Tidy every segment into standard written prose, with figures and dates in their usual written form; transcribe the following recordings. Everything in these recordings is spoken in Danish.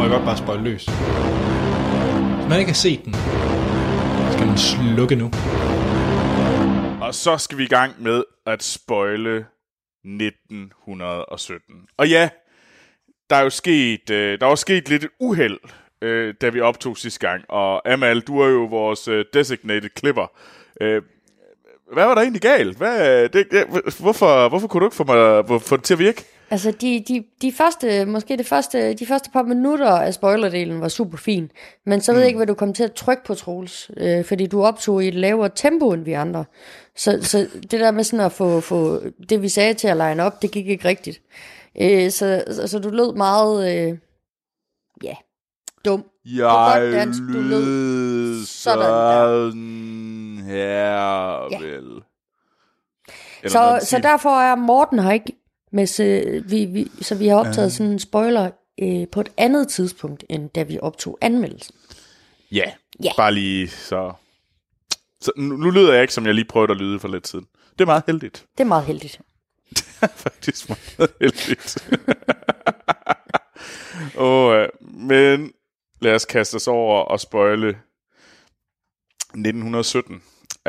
må jeg godt bare spoil løs. Hvis man ikke har set den, skal man slukke nu. Og så skal vi i gang med at spoile 1917. Og ja, der er jo sket lidt uheld, da vi optog sidste gang. Og Amal, du er jo vores designated clipper. Hvad var der egentlig galt? Hvorfor kunne du ikke få det til at virke? Altså, de første par minutter af spoilerdelen var super fin. Men så ved jeg ikke, hvad du kom til at trykke på, Troels. Fordi du optog i et lavere tempo end vi andre. Så det der med sådan at få det, vi sagde til at line op, det gik ikke rigtigt. Så du lød meget, dum. Jeg du lød sådan her, ja. vel. Så derfor er Morten her ikke med, så vi har optaget sådan en spoiler på et andet tidspunkt, end da vi optog anmeldelsen. Ja, bare lige så nu lyder jeg ikke, som jeg lige prøvede at lyde for lidt siden. Det er meget heldigt. Det er meget heldigt. Det er faktisk meget heldigt. Men lad os kaste os over og spoile 1917.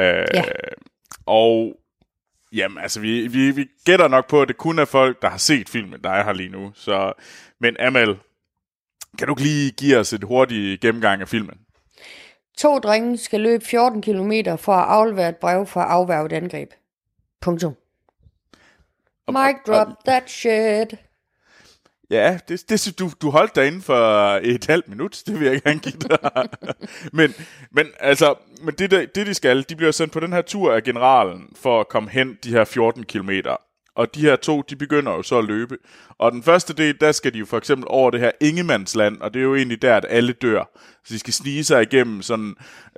Og jamen, altså, vi gætter nok på, at det kun er folk, der har set filmen, der er her lige nu. Men Amal, kan du lige give os et hurtigt gennemgang af filmen? 2 drenge skal løbe 14 kilometer for at aflevere et brev for at afværge et angreb. Punktum. Mic drop that shit. Ja, du holdt dig inden for et halvt minut, det vil jeg gerne give dig. men det de skal, de bliver sendt på den her tur af generalen for at komme hen de her 14 kilometer. Og de her 2, de begynder jo så at løbe. Og den første del, der skal de jo for eksempel over det her ingemandsland, og det er jo egentlig der, at alle dør. Så de skal snige sig igennem sådan,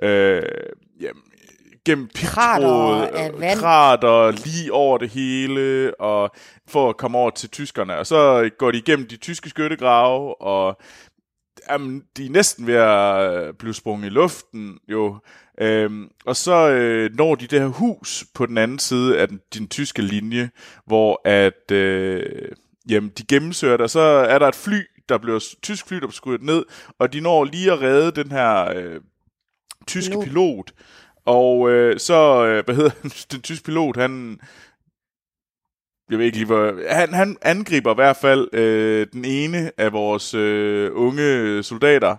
gennem krater lige over det hele, og for at komme over til tyskerne. Og så går de igennem de tyske skyttegrave, og de er næsten ved at blive sprunget i luften, jo. Og så når de det her hus på den anden side af den tyske linje, hvor at de gennemsøger det, og så er der et tysk fly, der bliver skudt ned, og de når lige at redde den her tyske pilot. Og den tyske pilot, han angriber i hvert fald den ene af vores unge soldater,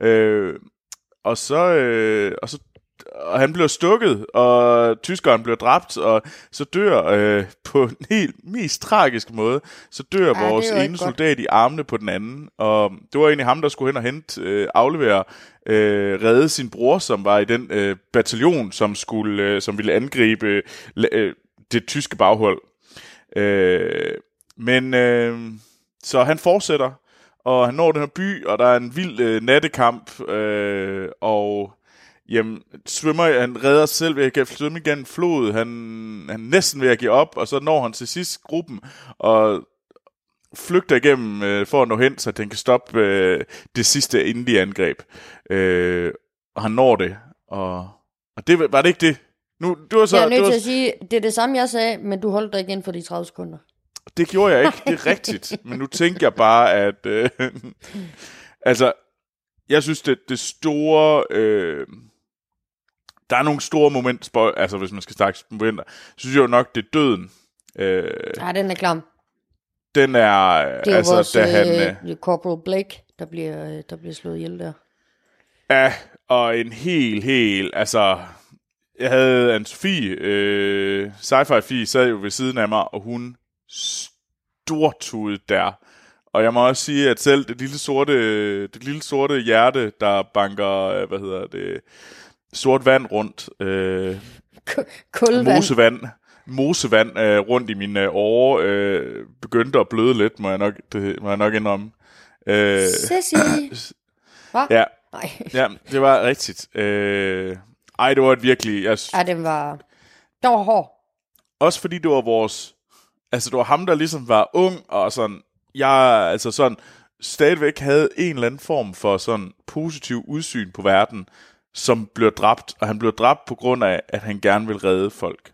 og han bliver stukket, og tyskeren bliver dræbt, og så dør på en helt mest tragisk måde, så dør vores ene soldat i armene på den anden, og det var egentlig ham, der skulle hen og hente, aflevere, redde sin bror, som var i den bataljon, som ville angribe det tyske baghold. Så han fortsætter, og han når den her by, og der er en vild nattekamp, og jamen, han redder sig selv ved at svømme igennem flodet. Han er næsten ved at give op, og så når han til sidst gruppen og flygter igennem for at nå hen, så han kan stoppe det sidste endelige angreb. Og han når det, og det var det ikke det. Nu, det var så, jeg er nødt til at sige, det er det samme, jeg sagde, men du holdt dig igen for de 30 sekunder. Det gjorde jeg ikke, det er rigtigt. Men nu tænker jeg bare, at altså, jeg synes, det store der er nogle store momenter, altså hvis man skal snakke momenter, synes jeg jo nok, det er døden. Ja, den er klam. Den er, det er altså, vores, da han Corporal Blake, der bliver slået ihjel der. Ja, og en helt, altså, jeg havde Anne-Sophie, sci-fi-Fie, sad jo ved siden af mig, og hun stortudede der. Og jeg må også sige, at selv det lille sorte hjerte, der banker, sort vand rundt, mosevand rundt i mine årer, begyndte at bløde lidt, må jeg nok indrømme. Sissy! Hvad? Ja. Nej. Ja, det var rigtigt. Det var et virkelig... den var hård. Også fordi det var det var ham, der ligesom var ung, og sådan... Jeg sådan stadigvæk havde en eller anden form for sådan positiv udsyn på verden, som blev dræbt, og han blev dræbt på grund af, at han gerne vil redde folk.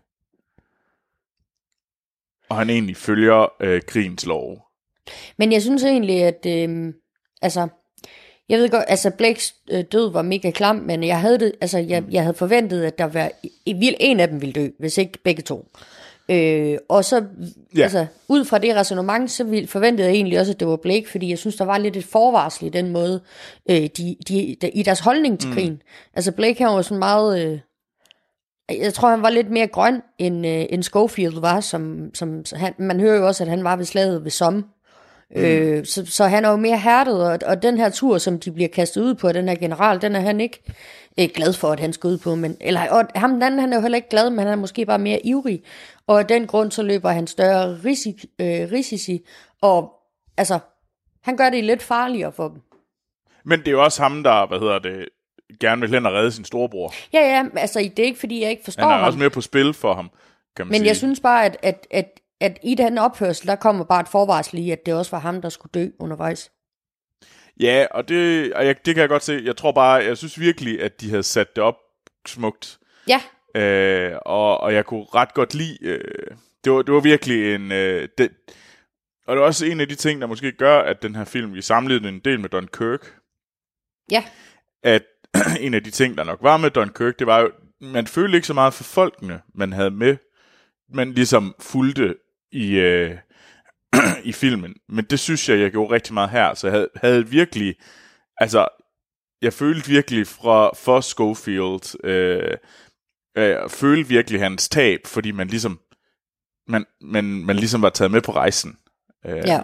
Og han egentlig følger krigens lov. Men jeg synes egentlig, at Jeg ved godt, altså Blakes død var mega klam, men jeg havde jeg havde forventet, at der var en af dem ville dø, hvis ikke begge to. Og så, altså, ud fra det ræsonnement, så forventede jeg egentlig også, at det var Blake, fordi jeg synes, der var lidt et forvarsel i den måde, i deres holdning til krigen. Altså Blake, han var sådan meget, jeg tror, han var lidt mere grøn, end Schofield var, man hører jo også, at han var ved slaget ved Somme. Så han er jo mere hærdet, og den her tur, som de bliver kastet ud på, den her general, den er han ikke glad for, at han skal ud på. Og ham den anden, han er jo heller ikke glad, men han er måske bare mere ivrig. Og af den grund, så løber han større risici, og altså, han gør det lidt farligere for dem. Men det er jo også ham, der, gerne vil hen og redde sin storebror. Ja, altså, det er ikke, fordi jeg ikke forstår ham. Han er også mere på spil for ham, kan man sige. Men jeg synes bare, at i den opførsel, der kommer bare et forvarsel i, at det også var ham, der skulle dø undervejs. Ja, og det kan jeg godt se. Jeg synes virkelig, at de havde sat det op smukt. Ja. Og jeg kunne ret godt lide, det var virkelig og det er også en af de ting, der måske gør, at den her film, vi samlede en del med Dunkirk. Ja. At en af de ting, der nok var med Dunkirk, det var jo, man følte ikke så meget for folkene, man havde med, man ligesom fulgte i filmen. Men det synes jeg gjorde rigtig meget her, så jeg havde virkelig, altså, jeg følte virkelig for Schofield, følte virkelig hans tab, fordi man ligesom man ligesom var taget med på rejsen. Ja.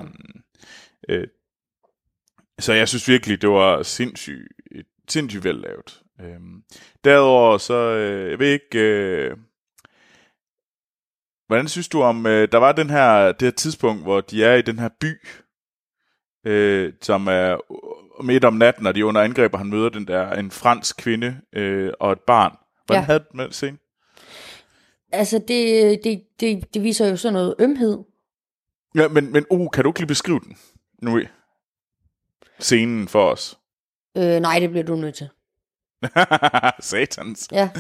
Så jeg synes virkelig, det var sindssygt vel lavet. Derudover så, jeg ved ikke, hvordan synes du om, der var det her tidspunkt, hvor de er i den her by, som er midt om natten, og de er under angreb, og han møder en fransk kvinde og et barn. Hvordan havde du med det scene? Altså, det viser jo sådan noget ømhed. Ja, men kan du ikke lige beskrive den nu? Scenen for os. Nej, det bliver du nødt til. Satans. Ja.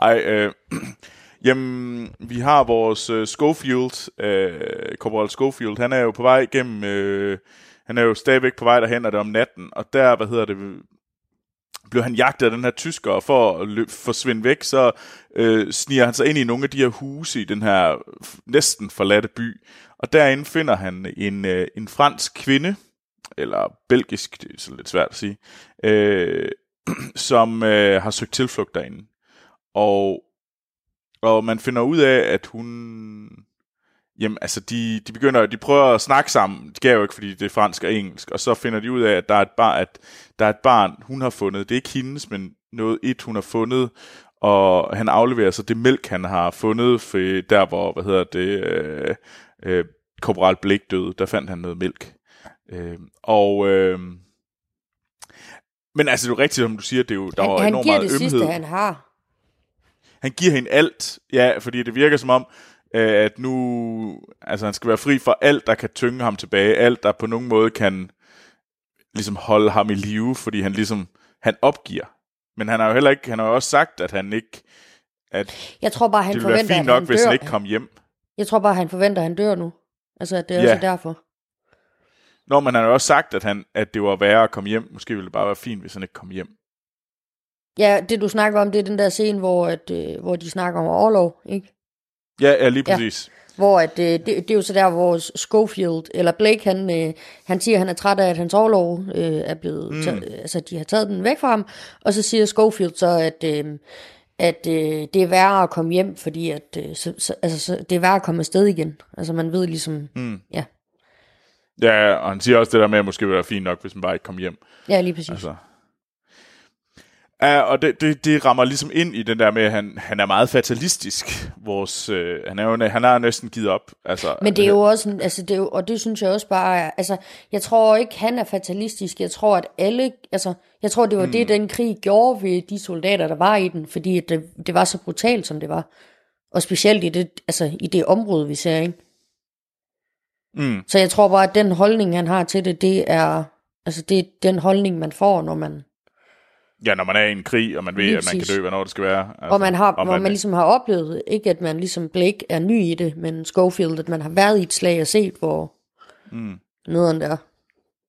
Jamen, vi har vores Schofield, Corporal Schofield, han er jo på vej igennem, han er jo stadigvæk på vej derhen, og det er om natten, og der, blev han jagtet af den her tysker, og for at forsvinde væk, så sniger han sig ind i nogle af de her huse i den her næsten forladte by, og derinde finder han en fransk kvinde, eller belgisk, det er så lidt svært at sige, som har søgt tilflugt derinde. Og man finder ud af, at hun... Jamen, altså, de prøver at snakke sammen. Det kan jo ikke, fordi det er fransk og engelsk. Og så finder de ud af, at der er et barn, hun har fundet. Det er ikke hendes, men noget hun har fundet. Og han afleverer så det mælk, han har fundet, for der hvor, Korporal Blake døde, der fandt han noget mælk. Men altså, det er jo rigtigt, som du siger, det er jo, der var enormt meget ømhed. Han giver det sidste, han har. Han giver hende alt, ja, fordi det virker som om, at nu, altså han skal være fri for alt, der kan tynge ham tilbage, alt, der på nogen måde kan ligesom holde ham i live, fordi han opgiver. Men han har jo heller ikke, han har jo også sagt, at han ikke, at jeg tror bare, han det ville være fint nok, hvis han ikke kom hjem. Jeg tror bare, han forventer, at han dør nu. Altså, det er også derfor. Nå, men han har jo også sagt, at det var værre at komme hjem. Måske ville det bare være fint, hvis han ikke kom hjem. Ja, det du snakker om, det er den der scene, hvor de snakker om orlov, ikke? Ja, lige præcis. Ja. Hvor det er jo så der, hvor Schofield, eller Blake, han siger, at han er træt af, at hans orlov er blevet, altså de har taget den væk fra ham, og så siger Schofield så, at det er værre at komme hjem, fordi at, det er værre at komme afsted igen. Altså man ved ligesom, ja. Ja, og han siger også det der med, at måske ville være fint nok, hvis man bare ikke kom hjem. Ja, lige præcis. Altså. Ja, og det rammer ligesom ind i den der med, at han er meget fatalistisk. Han har næsten givet op. Altså, men det er jo også, og det synes jeg også bare, altså, jeg tror ikke, han er fatalistisk. Jeg tror, at jeg tror, det var det, den krig gjorde ved de soldater, der var i den, fordi det var så brutalt, som det var. Og specielt i det område, vi ser, ikke? Så jeg tror bare, at den holdning, han har til det er den holdning, man får, når man... Ja, når man er i en krig, og man ved, at man kan dø, hvornår det skal være. Altså, og man ligesom har oplevet, ikke at man ligesom Blake er ny i det, men Schofield, at man har været i et slag og set, hvor nederen der.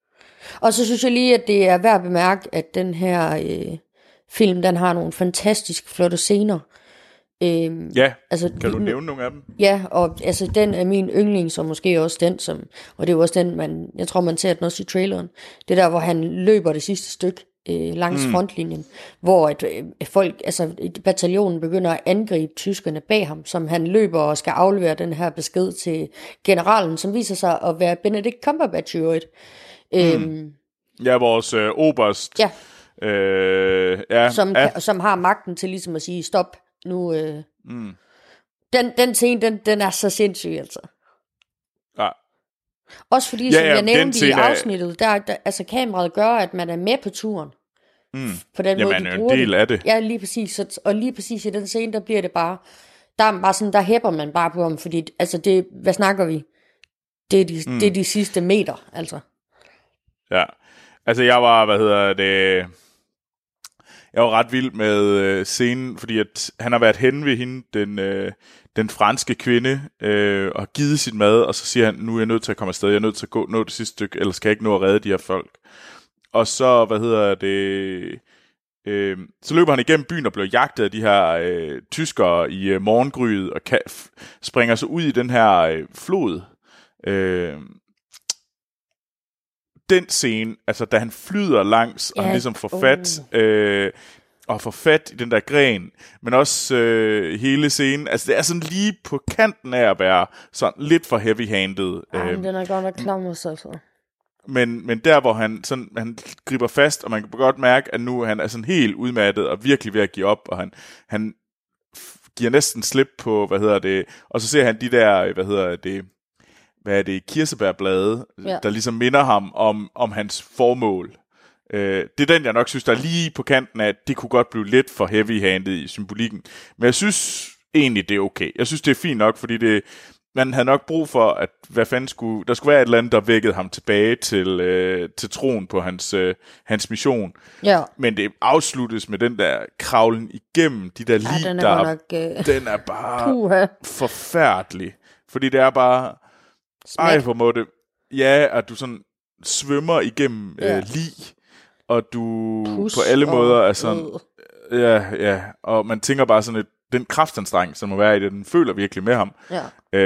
Og så synes jeg lige, at det er værd at bemærke, at den her film, den har nogle fantastisk flotte scener. Ja, altså, kan du nævne nogle af dem? Ja, og altså den er min yndlings, og måske også den, og det er jo også den, jeg tror man ser den også i traileren. Det der, hvor han løber det sidste stykke langs frontlinjen, hvor folk, altså bataljonen begynder at angribe tyskerne bag ham, som han løber og skal aflevere den her besked til generalen, som viser sig at være Benedict Cumberbatch i øvrigt. Ja, vores oberst. Ja. Ja. Som har magten til ligesom at sige, stop, nu... Den scene, den er så sindssyg, altså. Ja. Også fordi, som jeg nævnte i afsnittet, der, altså kameraet gør, at man er med på turen. På den måde, man er en del af det. Ja, lige præcis. Og lige præcis i den scene, der bliver det bare... Der hæpper man bare på ham, fordi, altså det, hvad snakker vi? Det er de sidste meter, altså. Ja. Altså jeg var, jeg var ret vild med scenen, fordi at han har været henne ved hende, den franske kvinde, og givet sit mad, og så siger han, nu er jeg nødt til at komme afsted, jeg er nødt til at nå det sidste stykke, ellers kan jeg ikke nå at redde de her folk. Og så, så løber han igennem byen og bliver jagtet af de her tyskere i morgengryet, og springer så ud i den her flod. Den scene, altså da han flyder langs, og han ligesom får fat, og får fat i den der gren, men også hele scenen, altså det er sådan lige på kanten af at være sådan lidt for heavy-handed. Den er godt nok klam også, altså. Men der, hvor han griber fast, og man kan godt mærke, at nu han er sådan helt udmattet, og virkelig ved at give op, og han giver næsten slip på, og så ser han de der, kirsebærblade, der ligesom minder ham om hans formål. Det er den, jeg nok synes, der er lige på kanten af, at det kunne godt blive lidt for heavy-handed i symbolikken. Men jeg synes egentlig, det er okay. Jeg synes, det er fint nok, fordi man havde nok brug for, at der skulle være et eller andet, der vækkede ham tilbage til troen på hans mission. Ja. Men det afsluttes med den der kravlen igennem de der lig, den er bare forfærdelig. Fordi det er bare... hvor må det... Ja, at du sådan svømmer igennem lig, og du på alle måder er sådan... Ja, og man tænker bare sådan, den kraftanstrengelse, som må være i det, den føler virkelig med ham. Ja.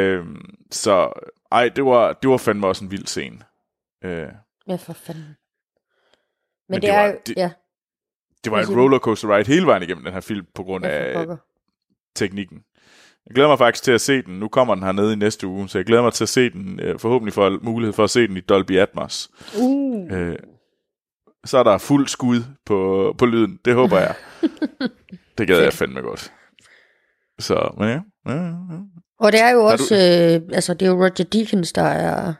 Det var fandme også en vild scene. Ja, for fanden. Men det er jo... Det var en rollercoaster ride hele vejen igennem den her film, på grund af teknikken. Jeg glæder mig faktisk til at se den. Nu kommer den hernede i næste uge, så jeg glæder mig til at se den. Forhåbentlig får mulighed for at se den i Dolby Atmos. Så er der fuld skud på lyden. Det håber jeg. Det gad jeg fandme godt. Så, men ja. Og det er jo også, det er jo Roger Deakins, der er...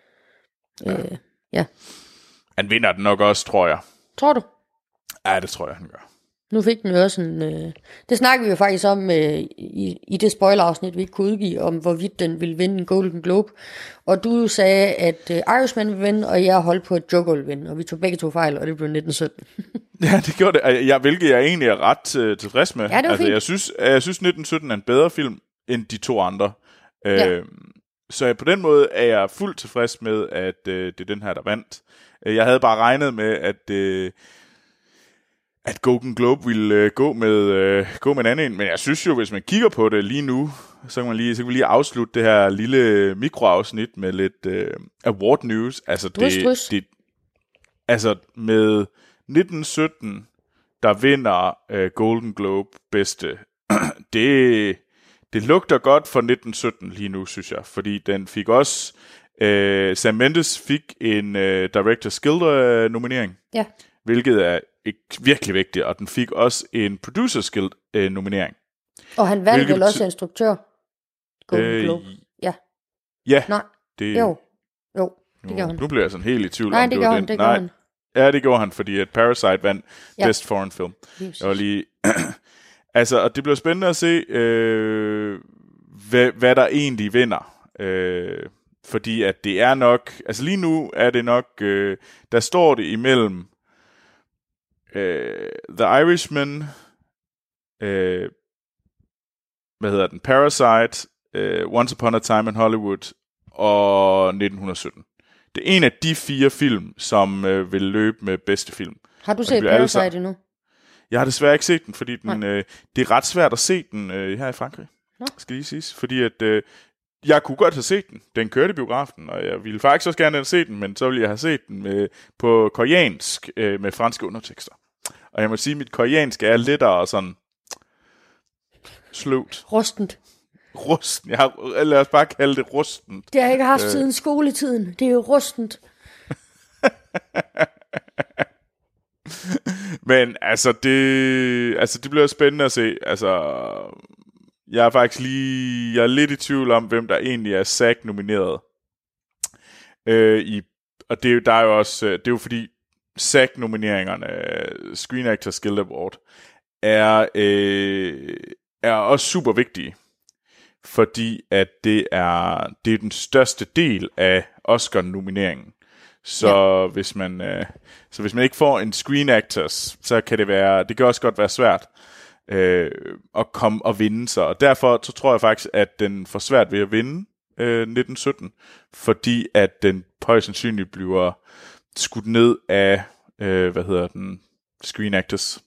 Han vinder den nok også, tror jeg. Tror du? Ja, det tror jeg, han gør. Nu fik den jo også en... Det snakker vi jo faktisk om i det spoiler-afsnit, vi ikke kunne udgive, om hvorvidt den ville vinde en Golden Globe. Og du sagde, at Irishman ville vinde, og jeg holdt på, at Joker ville vinde. Og vi tog begge to fejl, og det blev 1917. Ja, det gjorde det. Hvilket jeg egentlig er ret tilfreds med. Ja, det var fint. Jeg synes 1917 er en bedre film end de to andre. Så på den måde er jeg fuldt tilfreds med, at det er den her, der vandt. Jeg havde bare regnet med, at Golden Globe ville gå med en anden, men jeg synes jo, hvis man kigger på det lige nu, så kan vi lige afslutte det her lille mikroafsnit med lidt award news. Altså det altså med 1917, der vinder Golden Globe bedste. Det lugter godt for 1917 lige nu, synes jeg, fordi den fik også Sam Mendes fik en Director's Guild nominering. Ja. Hvilket er virkelig vigtigt, og den fik også en Producer's Guild nominering. Og han vandt vel også instruktør? Golden Globe. Ja. Ja. Nej. Jo, det gjorde han. Nu bliver jeg sådan helt i tvivl. Nej, det gjorde han. Ja, det gjorde han, fordi at Parasite vandt Best Foreign Film. Jeg var lige... altså, og det bliver spændende at se, hvad der egentlig vinder. Fordi at det er nok... Altså lige nu er det nok... der står det imellem The Irishman, Parasite, Once Upon a Time in Hollywood og 1917. det er en af de 4 film, som vil løbe med bedste film. Har du set Parasite endnu? Jeg har desværre ikke set den, fordi det er ret svært at se den her i Frankrig. Skal lige siges. Fordi at jeg kunne godt have set den. Den kørte i biografen, og jeg ville faktisk også gerne have set den, men så ville jeg have set den på koreansk med franske undertekster. Og jeg må sige, at mit koreansk er lettere sådan sløvt. Rustent. Rusten. Lad os bare kalde det rustent. Det har jeg ikke haft siden skoletiden. Det er jo rustent. Men altså det bliver spændende at se. Altså, jeg er faktisk jeg er lidt i tvivl om, hvem der egentlig er SAG-nomineret. Og det er jo også, det er jo fordi SAG-nomineringerne, Screen Actors Guild Award, er også super vigtige. Fordi at det er den største del af Oscar-nomineringen. Så hvis man ikke får en Screen Actors, så kan det kan også godt være svært at komme og vinde sig. Og derfor så tror jeg faktisk, at den får svært ved at vinde 1917, fordi at den højst sandsynligt bliver skudt ned af Screen Actors.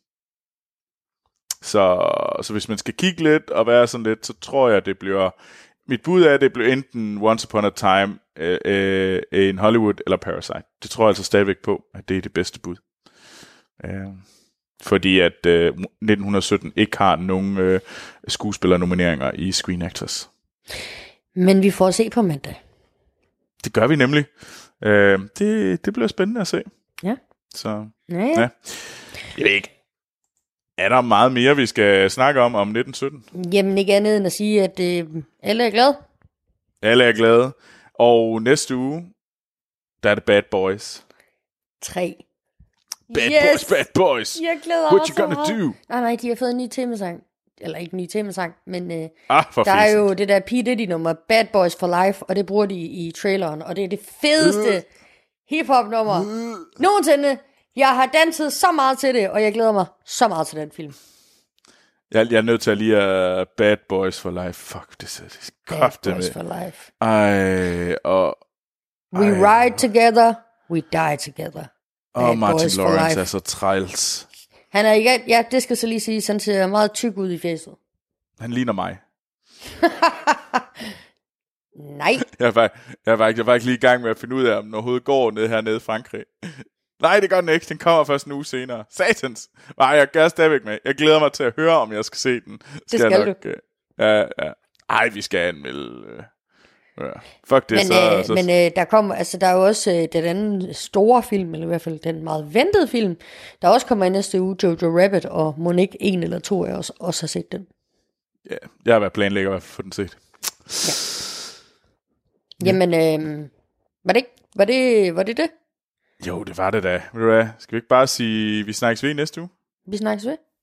Så hvis man skal kigge lidt og være sådan lidt, så tror jeg, det bliver... Mit bud er, at det bliver enten Once Upon a Time in Hollywood eller Parasite. Det tror jeg altså stadigvæk på, at det er det bedste bud. Fordi at 1917 ikke har nogen skuespillernomineringer i Screen Actors. Men vi får se på mandag. Det gør vi nemlig. Det bliver spændende at se. Ja. Så, ja. Jeg ved ikke. Er der meget mere, vi skal snakke om 1917? Jamen ikke andet end at sige, at alle er glade. Alle er glade. Og næste uge, der er det Bad Boys. 3. Bad Boys. Jeg glæder mig så meget. What you gonna do? Nej, de har fået en ny temasang. Eller ikke en ny temasang, men der er jo det der P. Diddy-nummer, Bad Boys for Life, og det bruger de i traileren, og det er det fedeste hip-hop-nummer nogensinde. Jeg har danset så meget til det, og jeg glæder mig så meget til den film. Jeg er nødt til at lige Bad Boys for Life. Fuck, det er godt. Bad Boys for Life. We ride together, we die together. Martin Lawrence er så træls. Han er ikke... Ja, det skal så lige sige, han ser meget tyk ud i fjeset. Han ligner mig. Nej. Jeg var ikke lige i gang med at finde ud af, om den overhovedet går ned hernede i Frankrig. Nej, det gør den ikke. Den kommer først en uge senere. Satans. Nej, jeg gør stadigvæk med. Jeg glæder mig til at høre, om jeg skal se den. Det skal du. Ja. Ej, vi skal anmelde... Fuck det, men der kommer, altså der er jo også den anden store film, eller i hvert fald den meget ventede film, der også kommer i næste uge, Jojo Rabbit, og må ikke 1 eller 2 af os også har set den. Ja, jeg har været planlægger for den set. Ja. Jamen, var det? Jo, det var det da. Ved du hvad? Skal vi ikke bare sige, vi snakkes ved næste uge? Vi snakkes ved.